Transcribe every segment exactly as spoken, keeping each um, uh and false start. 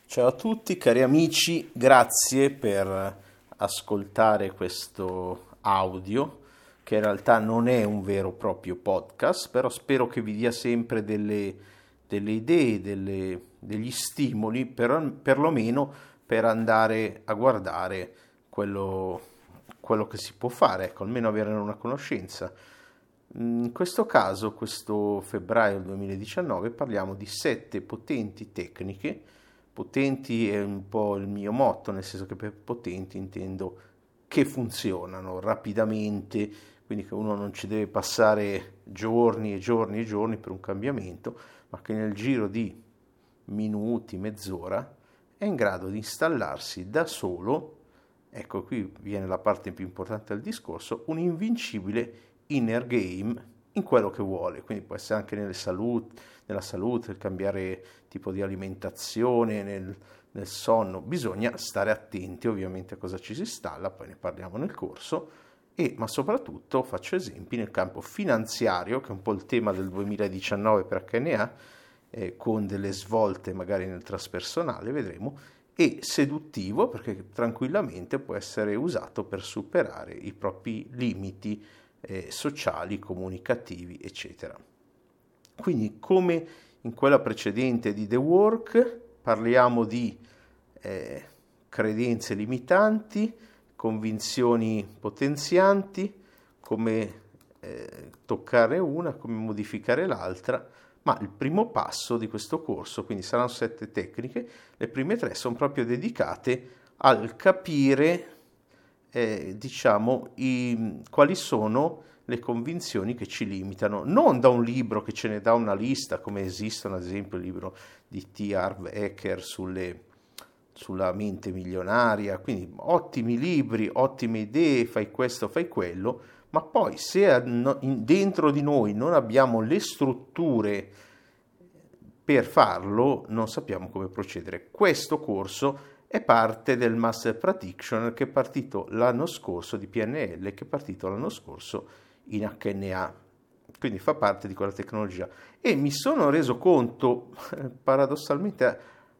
Ciao a tutti cari amici, grazie per ascoltare questo audio che in realtà non è un vero e proprio podcast, però spero che vi dia sempre delle, delle idee, delle, degli stimoli, per, perlomeno per andare a guardare quello, quello che si può fare, ecco, almeno avere una conoscenza. In questo caso, questo febbraio duemiladiciannove, parliamo di sette potenti tecniche. Potenti è un po' il mio motto, nel senso che per potenti intendo che funzionano rapidamente, quindi che uno non ci deve passare giorni e giorni e giorni per un cambiamento, ma che nel giro di minuti, mezz'ora è in grado di installarsi da solo. Ecco, qui viene la parte più importante del discorso: un invincibile inner game in quello che vuole, quindi può essere anche nelle salute, nella salute, cambiare tipo di alimentazione, nel, nel sonno. Bisogna stare attenti ovviamente a cosa ci si installa, poi ne parliamo nel corso, e ma soprattutto faccio esempi nel campo finanziario, che è un po' il tema del duemiladiciannove per acca enne a, eh, con delle svolte magari nel traspersonale, vedremo, e seduttivo, perché tranquillamente può essere usato per superare i propri limiti eh, sociali, comunicativi, eccetera. Quindi, come in quella precedente di The Work, parliamo di eh, credenze limitanti, convinzioni potenzianti, come eh, toccare una, come modificare l'altra, ma il primo passo di questo corso, quindi saranno sette tecniche, le prime tre sono proprio dedicate al capire, eh, diciamo, i, quali sono le convinzioni che ci limitano, non da un libro che ce ne dà una lista, come esistono ad esempio il libro di T. Harv Eker sulle, sulla mente milionaria, quindi ottimi libri, ottime idee, fai questo, fai quello, ma poi se dentro di noi non abbiamo le strutture per farlo, non sappiamo come procedere. Questo corso è parte del Master Practitioner che è partito l'anno scorso, di P N L, che è partito l'anno scorso in acca enne a, quindi fa parte di quella tecnologia. E mi sono reso conto, paradossalmente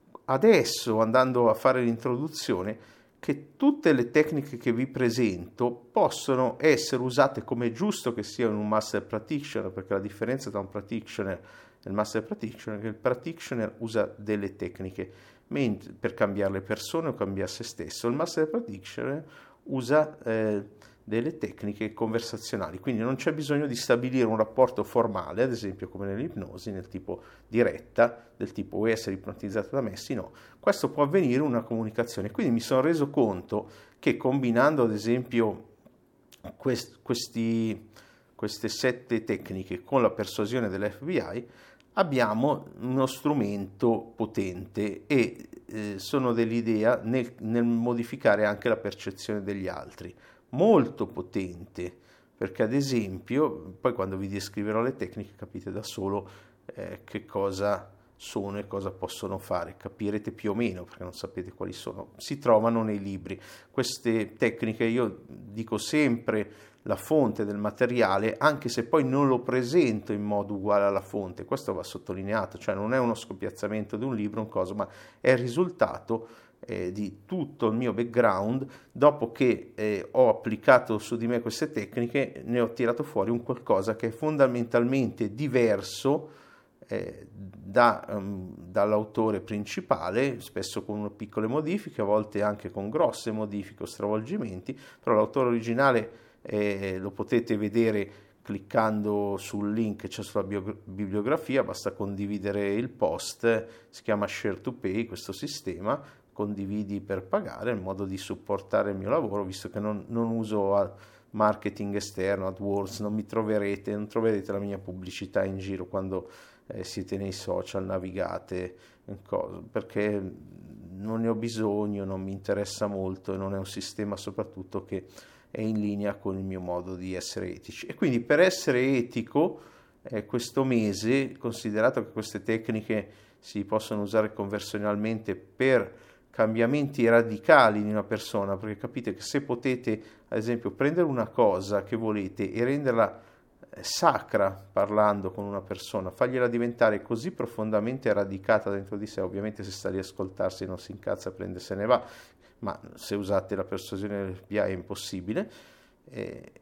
adesso, andando a fare l'introduzione, che tutte le tecniche che vi presento possono essere usate, come è giusto che sia in un Master Practitioner, perché la differenza tra un Practitioner e il Master Practitioner è che il Practitioner usa delle tecniche per cambiare le persone o cambiare se stesso. Il Master Practitioner usa eh, delle tecniche conversazionali, quindi non c'è bisogno di stabilire un rapporto formale, ad esempio come nell'ipnosi, nel tipo diretta, del tipo vuoi essere ipnotizzato da me? Sì, no. Questo può avvenire in una comunicazione, quindi mi sono reso conto che combinando ad esempio quest- questi, queste sette tecniche con la persuasione dell'F B I abbiamo uno strumento potente e eh, sono dell'idea nel, nel modificare anche la percezione degli altri, molto potente, perché ad esempio, poi quando vi descriverò le tecniche capite da solo eh, che cosa sono e cosa possono fare, capirete più o meno, perché non sapete quali sono, si trovano nei libri. Queste tecniche, io dico sempre la fonte del materiale, anche se poi non lo presento in modo uguale alla fonte, questo va sottolineato, cioè non è uno scopiazzamento di un libro, un coso, ma è il risultato eh, di tutto il mio background. Dopo che eh, ho applicato su di me queste tecniche, ne ho tirato fuori un qualcosa che è fondamentalmente diverso eh, da, um, dall'autore principale, spesso con piccole modifiche, a volte anche con grosse modifiche o stravolgimenti, però l'autore originale eh, lo potete vedere cliccando sul link che c'è sulla bio- bibliografia, basta condividere il post, si chiama Share to Pay questo sistema, condividi per pagare, in modo di supportare il mio lavoro, visto che non, non uso marketing esterno, AdWords, non mi troverete, non troverete la mia pubblicità in giro quando eh, siete nei social, navigate, perché non ne ho bisogno, non mi interessa molto e non è un sistema soprattutto che è in linea con il mio modo di essere etici. E quindi per essere etico eh, questo mese, considerato che queste tecniche si possono usare conversionalmente per cambiamenti radicali di una persona, perché capite che se potete ad esempio prendere una cosa che volete e renderla sacra parlando con una persona, fargliela diventare così profondamente radicata dentro di sé. Ovviamente se sta lì a ascoltarsi non si incazza, prende se ne va, ma se usate la persuasione del P A è impossibile. Eh,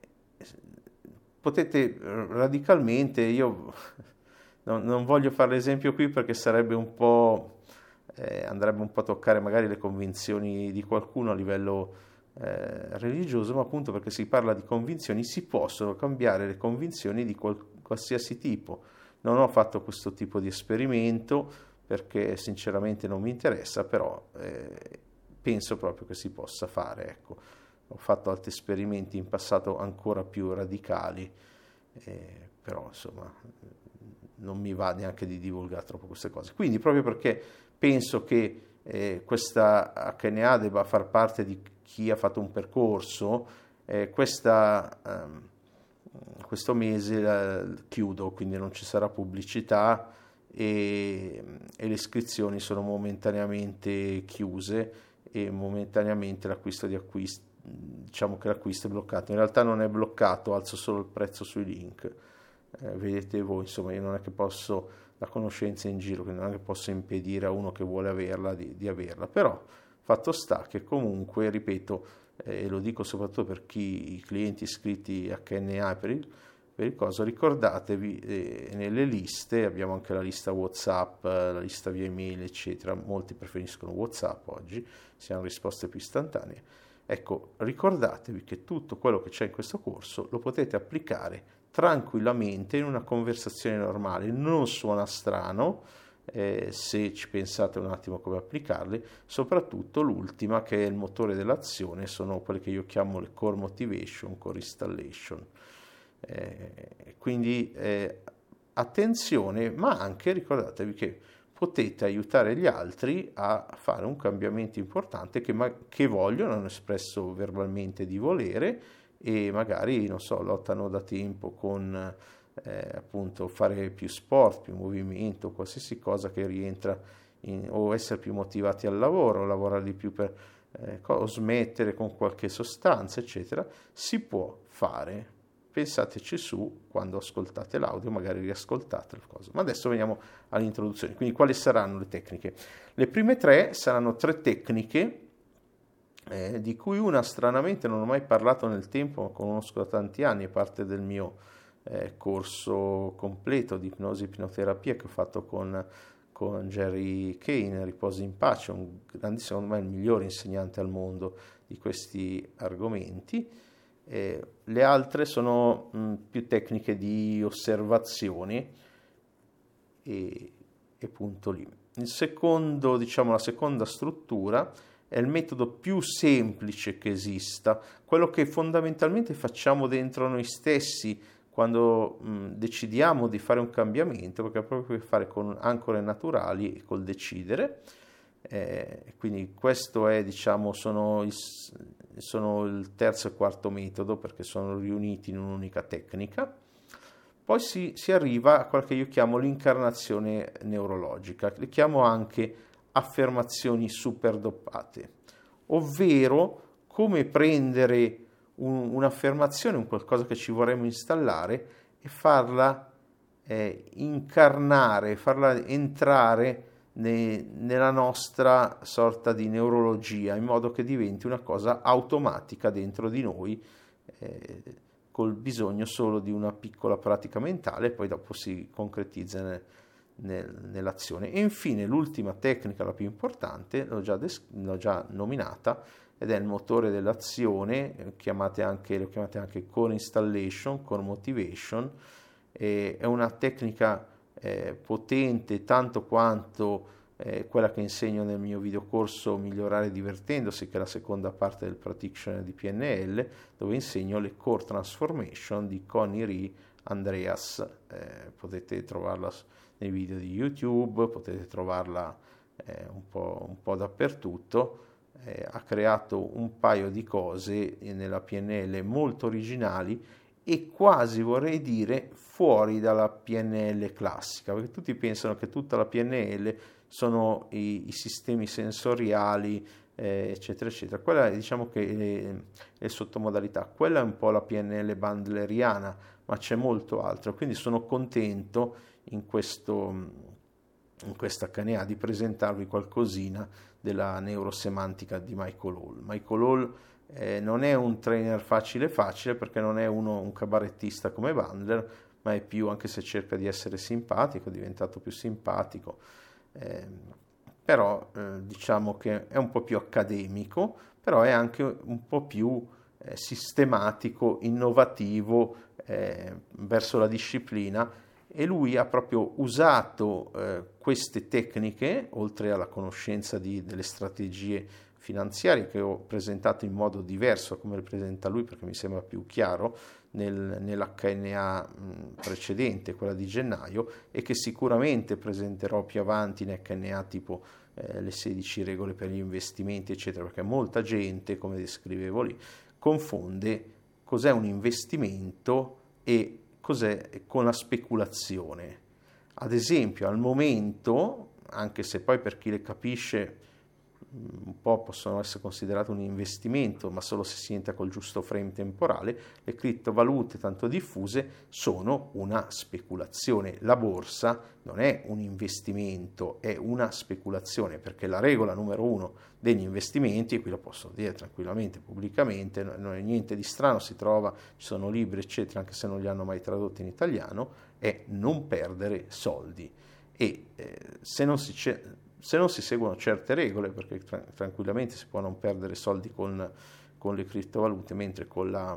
potete radicalmente, io non, non voglio fare l'esempio qui perché sarebbe un po', eh, andrebbe un po' a toccare magari le convinzioni di qualcuno a livello eh, religioso, ma appunto perché si parla di convinzioni, si possono cambiare le convinzioni di qual- qualsiasi tipo. Non ho fatto questo tipo di esperimento perché sinceramente non mi interessa, però eh, penso proprio che si possa fare, ecco. Ho fatto altri esperimenti in passato ancora più radicali, eh, però insomma non mi va neanche di divulgare troppo queste cose. Quindi proprio perché penso che eh, questa H N A debba far parte di chi ha fatto un percorso, eh, questa, ehm, questo mese la, chiudo, quindi non ci sarà pubblicità e, e le iscrizioni sono momentaneamente chiuse e momentaneamente l'acquisto di acquisti, diciamo che l'acquisto è bloccato. In realtà non è bloccato, alzo solo il prezzo sui link. Eh, vedete voi, insomma, io non è che posso, la conoscenza in giro, quindi non è che posso impedire a uno che vuole averla di, di averla, però fatto sta che comunque, ripeto, e eh, lo dico soprattutto per chi, i clienti iscritti H N A per il, per il coso, ricordatevi eh, nelle liste, abbiamo anche la lista WhatsApp, la lista via email, eccetera, molti preferiscono WhatsApp oggi, si hanno risposte più istantanee. Ecco, ricordatevi che tutto quello che c'è in questo corso lo potete applicare tranquillamente in una conversazione normale, non suona strano eh, se ci pensate un attimo come applicarli, soprattutto l'ultima che è il motore dell'azione, sono quelle che io chiamo le core motivation, core installation. Eh, quindi eh, attenzione, ma anche ricordatevi che potete aiutare gli altri a fare un cambiamento importante che, ma- che vogliono, hanno espresso verbalmente di volere e magari, non so, lottano da tempo con eh, appunto fare più sport, più movimento, qualsiasi cosa che rientra in, o essere più motivati al lavoro, lavorare di più per eh, o smettere con qualche sostanza, eccetera, si può fare. Pensateci su quando ascoltate l'audio, magari riascoltate le cose. Ma adesso veniamo all'introduzione. Quindi quali saranno le tecniche? Le prime tre saranno tre tecniche eh, di cui una stranamente non ho mai parlato nel tempo, ma conosco da tanti anni, è parte del mio eh, corso completo di ipnosi e ipnoterapia che ho fatto con, con Jerry Kane, riposi in pace, un grandissimo, secondo me il migliore insegnante al mondo di questi argomenti. Eh, le altre sono mh, più tecniche di osservazione e, e punto lì. Il secondo, diciamo, la seconda struttura è il metodo più semplice che esista, quello che fondamentalmente facciamo dentro noi stessi quando mh, decidiamo di fare un cambiamento, perché ha proprio a che fare con ancore naturali e col decidere. Eh, quindi questo è, diciamo, sono il, sono il terzo e quarto metodo perché sono riuniti in un'unica tecnica. Poi si, si arriva a quella che io chiamo l'incarnazione neurologica, le chiamo anche affermazioni superdopate, ovvero come prendere un, un'affermazione, un qualcosa che ci vorremmo installare e farla eh, incarnare, farla entrare nella nostra sorta di neurologia, in modo che diventi una cosa automatica dentro di noi, eh, col bisogno solo di una piccola pratica mentale e poi dopo si concretizza nel, nel, nell'azione. E infine l'ultima tecnica, la più importante, l'ho già, des- l'ho già nominata, ed è il motore dell'azione, chiamate anche, lo chiamate anche core installation, core motivation, eh, è una tecnica Eh, potente tanto quanto eh, quella che insegno nel mio videocorso Migliorare divertendosi, che è la seconda parte del Practitioner di P N L, dove insegno le Core Transformation di Connie Ree Andreas. Eh, potete trovarla nei video di YouTube, potete trovarla eh, un po', un po' dappertutto. Eh, ha creato un paio di cose nella P N L molto originali e quasi, vorrei dire, fuori dalla P N L classica, perché tutti pensano che tutta la P N L sono i, i sistemi sensoriali eh, eccetera, eccetera. Quella è, diciamo che le, le sottomodalità, quella è un po' la P N L bandleriana, ma c'è molto altro, quindi sono contento in questo in questa acca enne a di presentarvi qualcosina della neurosemantica di Michael Hall. Michael Hall eh, non è un trainer facile facile perché non è uno un cabarettista come Bandler, ma è più, anche se cerca di essere simpatico, è diventato più simpatico, eh, però eh, diciamo che è un po' più accademico, però è anche un po' più eh, sistematico, innovativo eh, verso la disciplina, e lui ha proprio usato eh, queste tecniche, oltre alla conoscenza di, delle strategie finanziarie che ho presentato in modo diverso come le presenta lui, perché mi sembra più chiaro nel, nell'acca enne a mh, precedente, quella di gennaio, e che sicuramente presenterò più avanti in acca enne a tipo eh, le sedici regole per gli investimenti, eccetera, perché molta gente, come descrivevo lì, confonde cos'è un investimento e cos'è con la speculazione. Ad esempio, al momento, anche se poi per chi le capisce un po' possono essere considerate un investimento, ma solo se si entra col giusto frame temporale, le criptovalute tanto diffuse sono una speculazione. La borsa non è un investimento, è una speculazione, perché la regola numero uno degli investimenti, e qui lo posso dire tranquillamente, pubblicamente, non è niente di strano, si trova, ci sono libri eccetera, anche se non li hanno mai tradotti in italiano, è non perdere soldi. E eh, se non si c'è se non si seguono certe regole, perché tra- tranquillamente si può non perdere soldi con, con le criptovalute, mentre con la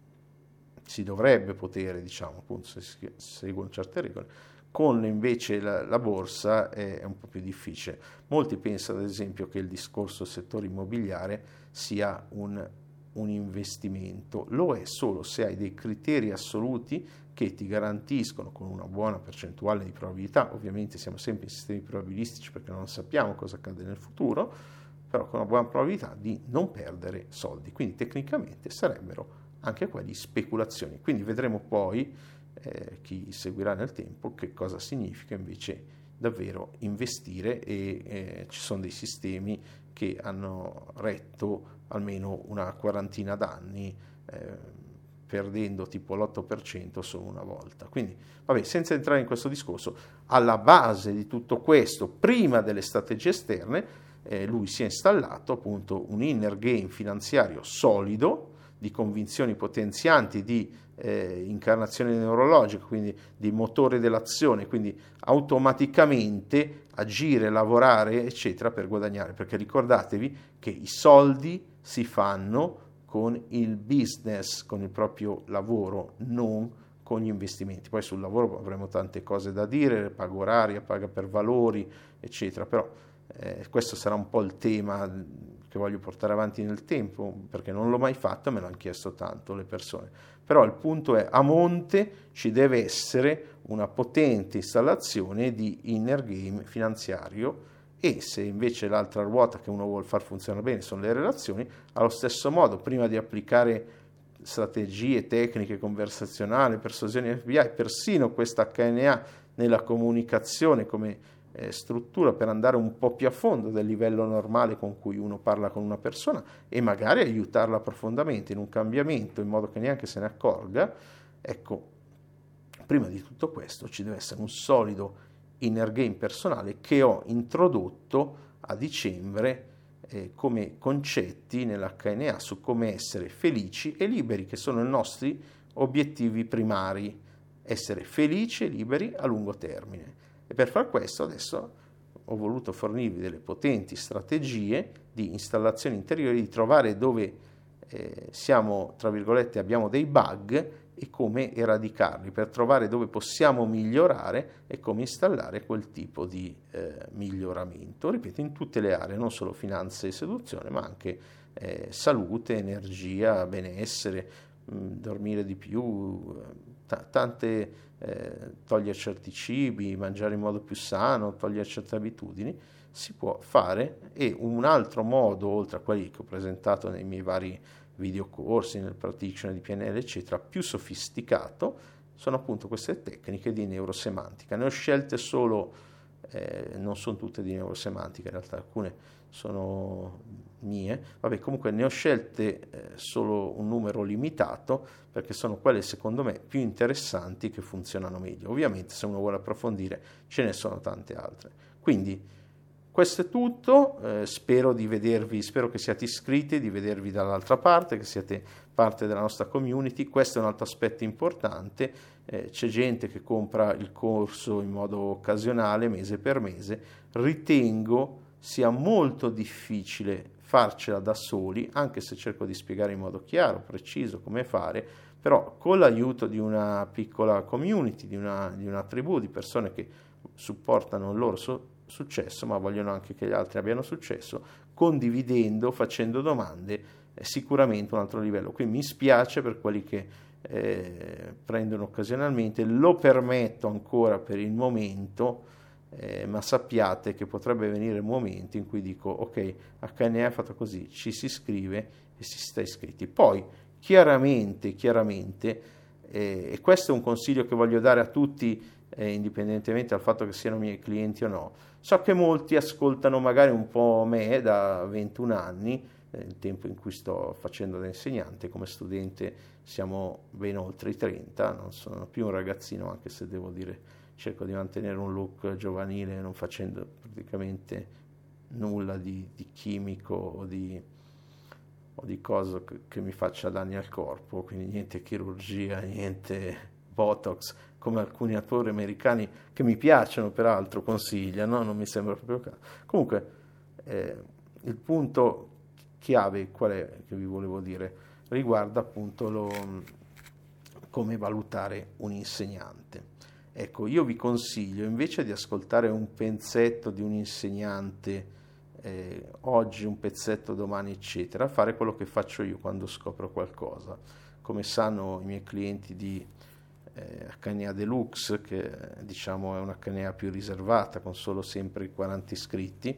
si dovrebbe poter, diciamo, appunto, se si seguono certe regole, con invece la, la borsa è, è un po' più difficile. Molti pensano, ad esempio, che il discorso del settore immobiliare sia un, un investimento. Lo è solo se hai dei criteri assoluti che ti garantiscono, con una buona percentuale di probabilità, ovviamente siamo sempre in sistemi probabilistici perché non sappiamo cosa accade nel futuro, però con una buona probabilità di non perdere soldi. Quindi tecnicamente sarebbero anche quelli speculazioni. Quindi vedremo poi, eh, chi seguirà nel tempo, che cosa significa invece davvero investire, e eh, ci sono dei sistemi che hanno retto almeno una quarantina d'anni, eh, perdendo tipo l'otto per cento solo una volta. Quindi, vabbè, senza entrare in questo discorso, alla base di tutto questo, prima delle strategie esterne, eh, lui si è installato appunto un inner game finanziario solido, di convinzioni potenzianti, di eh, incarnazione neurologica, quindi di motore dell'azione, quindi automaticamente agire, lavorare, eccetera, per guadagnare, perché ricordatevi che i soldi si fanno con il business, con il proprio lavoro, non con gli investimenti. Poi sul lavoro avremo tante cose da dire, paga oraria, paga per valori, eccetera, però eh, questo sarà un po' il tema che voglio portare avanti nel tempo, perché non l'ho mai fatto, me l'hanno chiesto tanto le persone. Però il punto è, a monte ci deve essere una potente installazione di inner game finanziario, e se invece l'altra ruota che uno vuole far funzionare bene sono le relazioni, allo stesso modo, prima di applicare strategie, tecniche conversazionali, persuasioni F B I, persino questa acca enne a nella comunicazione come eh, struttura per andare un po' più a fondo del livello normale con cui uno parla con una persona e magari aiutarla profondamente in un cambiamento in modo che neanche se ne accorga. Ecco, prima di tutto questo ci deve essere un solido inner game personale che ho introdotto a dicembre eh, come concetti nell'acca enne a su come essere felici e liberi, che sono i nostri obiettivi primari, essere felici e liberi a lungo termine. E per far questo adesso ho voluto fornirvi delle potenti strategie di installazione interiore, di trovare dove eh, siamo, tra virgolette, abbiamo dei bug e come eradicarli, per trovare dove possiamo migliorare e come installare quel tipo di eh, miglioramento, ripeto, in tutte le aree, non solo finanze e seduzione, ma anche eh, salute, energia, benessere, mh, dormire di più, t- tante, eh, togliere certi cibi, mangiare in modo più sano, togliere certe abitudini, si può fare. E un altro modo, oltre a quelli che ho presentato nei miei vari videocorsi, nel practitioner di P N L, eccetera, più sofisticato, sono appunto queste tecniche di neurosemantica. Ne ho scelte solo, eh, non sono tutte di neurosemantica, in realtà alcune sono mie, vabbè, comunque ne ho scelte eh, solo un numero limitato perché sono quelle secondo me più interessanti, che funzionano meglio. Ovviamente se uno vuole approfondire ce ne sono tante altre. Quindi questo è tutto, eh, spero di vedervi, spero che siate iscritti, di vedervi dall'altra parte, che siate parte della nostra community. Questo è un altro aspetto importante, eh, c'è gente che compra il corso in modo occasionale, mese per mese. Ritengo sia molto difficile farcela da soli, anche se cerco di spiegare in modo chiaro, preciso come fare, però con l'aiuto di una piccola community, di una, di una tribù di persone che supportano il loro so- successo, ma vogliono anche che gli altri abbiano successo, condividendo, facendo domande, è sicuramente un altro livello. Quindi mi spiace per quelli che eh, prendono occasionalmente, lo permetto ancora per il momento, Eh, ma sappiate che potrebbe venire il momento in cui dico ok, H N A è fatto così, ci si iscrive e si sta iscritti. Poi chiaramente, chiaramente, eh, e questo è un consiglio che voglio dare a tutti, eh, indipendentemente dal fatto che siano miei clienti o no. So che molti ascoltano magari un po' me da ventuno anni, eh, il tempo in cui sto facendo da insegnante. Come studente siamo ben oltre i trenta, non sono più un ragazzino, anche se devo dire cerco di mantenere un look giovanile, non facendo praticamente nulla di, di chimico o di, o di cosa che, che mi faccia danni al corpo, quindi niente chirurgia, niente botox, come alcuni attori americani che mi piacciono peraltro consigliano, non mi sembra proprio il caso. Comunque eh, il punto chiave qual è che vi volevo dire riguarda appunto lo, come valutare un insegnante. Ecco, io vi consiglio, invece di ascoltare un pezzetto di un insegnante eh, oggi, un pezzetto domani, eccetera, fare quello che faccio io quando scopro qualcosa. Come sanno i miei clienti di eh, H N A Deluxe, che diciamo è una H N A più riservata, con solo sempre i quaranta iscritti,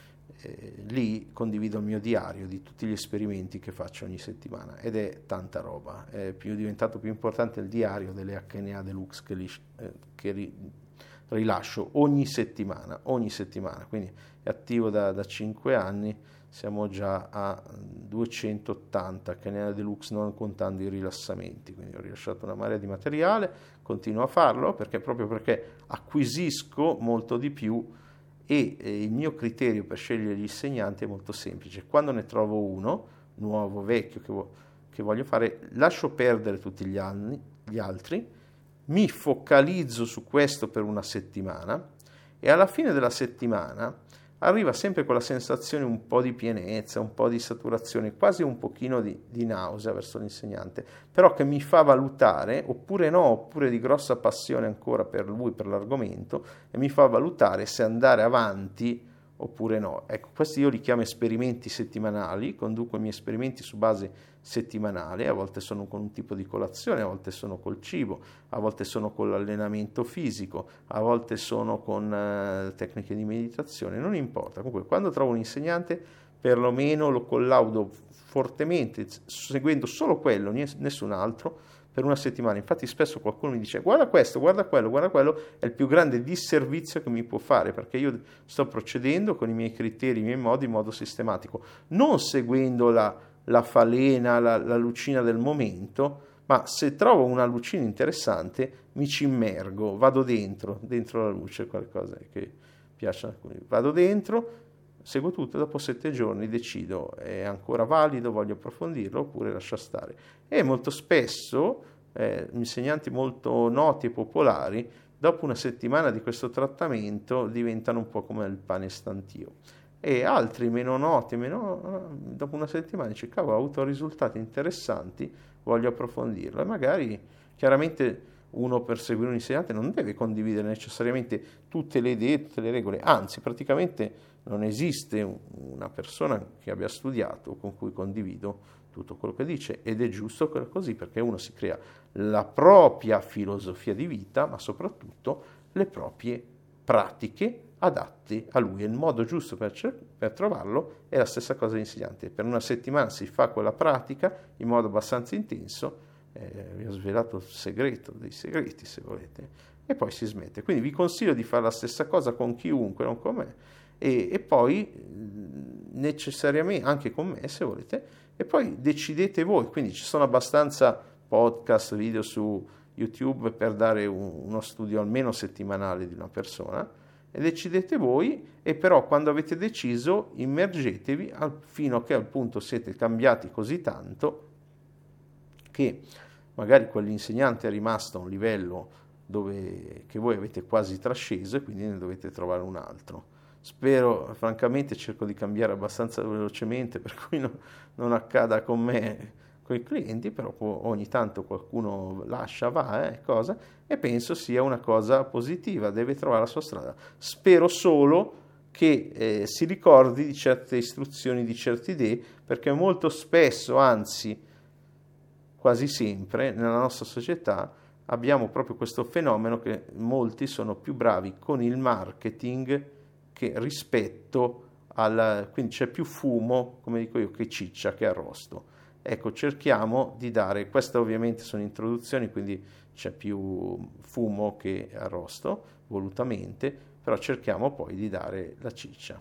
eh, lì condivido il mio diario di tutti gli esperimenti che faccio ogni settimana, ed è tanta roba. È più diventato più importante il diario delle H N A Deluxe che, li, eh, che ri, rilascio ogni settimana, ogni settimana, quindi è attivo da, da cinque anni, siamo già a duecentottanta H N A Deluxe, non contando i rilassamenti, quindi ho rilasciato una marea di materiale, continuo a farlo perché proprio perché acquisisco molto di più. E eh, il mio criterio per scegliere gli insegnanti è molto semplice: quando ne trovo uno, nuovo, vecchio, che, vo- che voglio fare, lascio perdere tutti gli, anni, gli altri, mi focalizzo su questo per una settimana, e alla fine della settimana arriva sempre quella sensazione un po' di pienezza, un po' di saturazione, quasi un pochino di, di nausea verso l'insegnante, però che mi fa valutare, oppure no, oppure di grossa passione ancora per lui, per l'argomento, e mi fa valutare se andare avanti oppure no. Ecco, questi io li chiamo esperimenti settimanali, conduco i miei esperimenti su base settimanale, a volte sono con un tipo di colazione, a volte sono col cibo, a volte sono con l'allenamento fisico, a volte sono con eh, tecniche di meditazione, non importa. Comunque quando trovo un insegnante perlomeno lo collaudo fortemente, seguendo solo quello, nessun altro, per una settimana. Infatti spesso qualcuno mi dice guarda questo, guarda quello, guarda quello, è il più grande disservizio che mi può fare, perché io sto procedendo con i miei criteri, i miei modi, in modo sistematico, non seguendo la, la falena, la, la lucina del momento, ma se trovo una lucina interessante mi ci immergo, vado dentro, dentro la luce, qualcosa che piace a alcuni, vado dentro, seguo tutto, dopo sette giorni decido è ancora valido, voglio approfondirlo oppure lascia stare. E molto spesso eh, insegnanti molto noti e popolari dopo una settimana di questo trattamento diventano un po' come il pane stantio, e altri meno noti, meno, dopo una settimana dice cavolo, ho avuto risultati interessanti, voglio approfondirlo. E magari chiaramente uno, per seguire un insegnante, non deve condividere necessariamente tutte le idee, tutte le regole, anzi praticamente non esiste una persona che abbia studiato con cui condivido tutto quello che dice, ed è giusto così, perché uno si crea la propria filosofia di vita, ma soprattutto le proprie pratiche adatte a lui, e il modo giusto per, per trovarlo è la stessa cosa dell'insegnante. Per una settimana si fa quella pratica in modo abbastanza intenso, eh, vi ho svelato il segreto dei segreti se volete, e poi si smette. Quindi vi consiglio di fare la stessa cosa con chiunque, non con me, e, e poi necessariamente anche con me se volete, e poi decidete voi. Quindi ci sono abbastanza podcast, video su YouTube per dare un, uno studio almeno settimanale di una persona, e decidete voi. E però quando avete deciso immergetevi al, fino a che al punto siete cambiati così tanto che magari quell'insegnante è rimasto a un livello dove, che voi avete quasi trasceso, e quindi ne dovete trovare un altro. Spero, francamente cerco di cambiare abbastanza velocemente, per cui no, non accada con me, con i clienti, però ogni tanto qualcuno lascia, va, eh, cosa, e penso sia una cosa positiva, deve trovare la sua strada. Spero solo che eh, si ricordi di certe istruzioni, di certe idee, perché molto spesso, anzi quasi sempre, nella nostra società abbiamo proprio questo fenomeno che molti sono più bravi con il marketing che rispetto al... quindi c'è più fumo, come dico io, che ciccia, che arrosto. Ecco, cerchiamo di dare, queste ovviamente sono introduzioni, quindi c'è più fumo che arrosto, volutamente, però cerchiamo poi di dare la ciccia.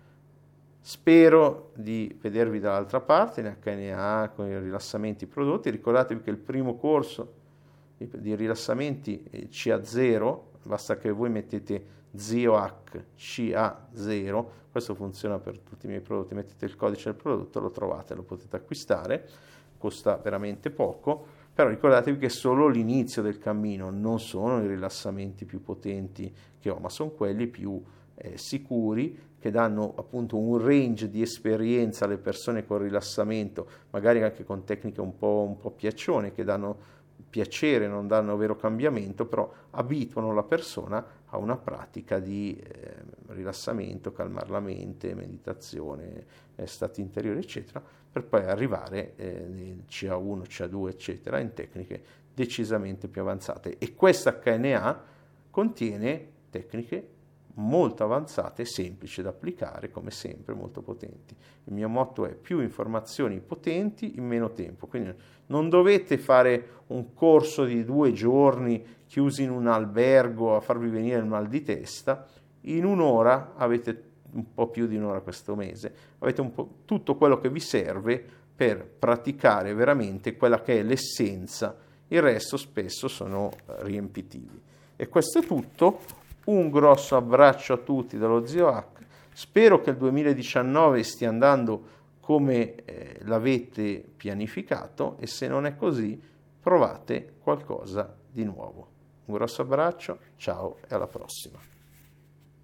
Spero di vedervi dall'altra parte in acca enne a con i rilassamenti prodotti. Ricordatevi che il primo corso di rilassamenti C A zero, basta che voi mettete ZIOHAC C A zero, questo funziona per tutti i miei prodotti, mettete il codice del prodotto, lo trovate, lo potete acquistare, costa veramente poco, però ricordatevi che è solo l'inizio del cammino, non sono i rilassamenti più potenti che ho, ma sono quelli più eh, sicuri, che danno appunto un range di esperienza alle persone con rilassamento, magari anche con tecniche un po', un po' piaccione, che danno piacere, non danno vero cambiamento, però abituano la persona a una pratica di eh, rilassamento, calmare la mente, meditazione, eh, stati interiori, eccetera, per poi arrivare eh, nel C A uno, C A due, eccetera, in tecniche decisamente più avanzate. E questa acca enne a contiene tecniche molto avanzate e semplici da applicare, come sempre molto potenti. Il mio motto è più informazioni potenti in meno tempo, quindi non dovete fare un corso di due giorni chiusi in un albergo a farvi venire il mal di testa. In un'ora avete un po' più di un'ora questo mese, avete un po' tutto quello che vi serve per praticare veramente quella che è l'essenza, il resto spesso sono riempitivi. E questo è tutto. Un grosso abbraccio a tutti dallo ZIOHAC, spero che il duemiladiciannove stia andando come eh, l'avete pianificato, e se non è così provate qualcosa di nuovo. Un grosso abbraccio, ciao e alla prossima.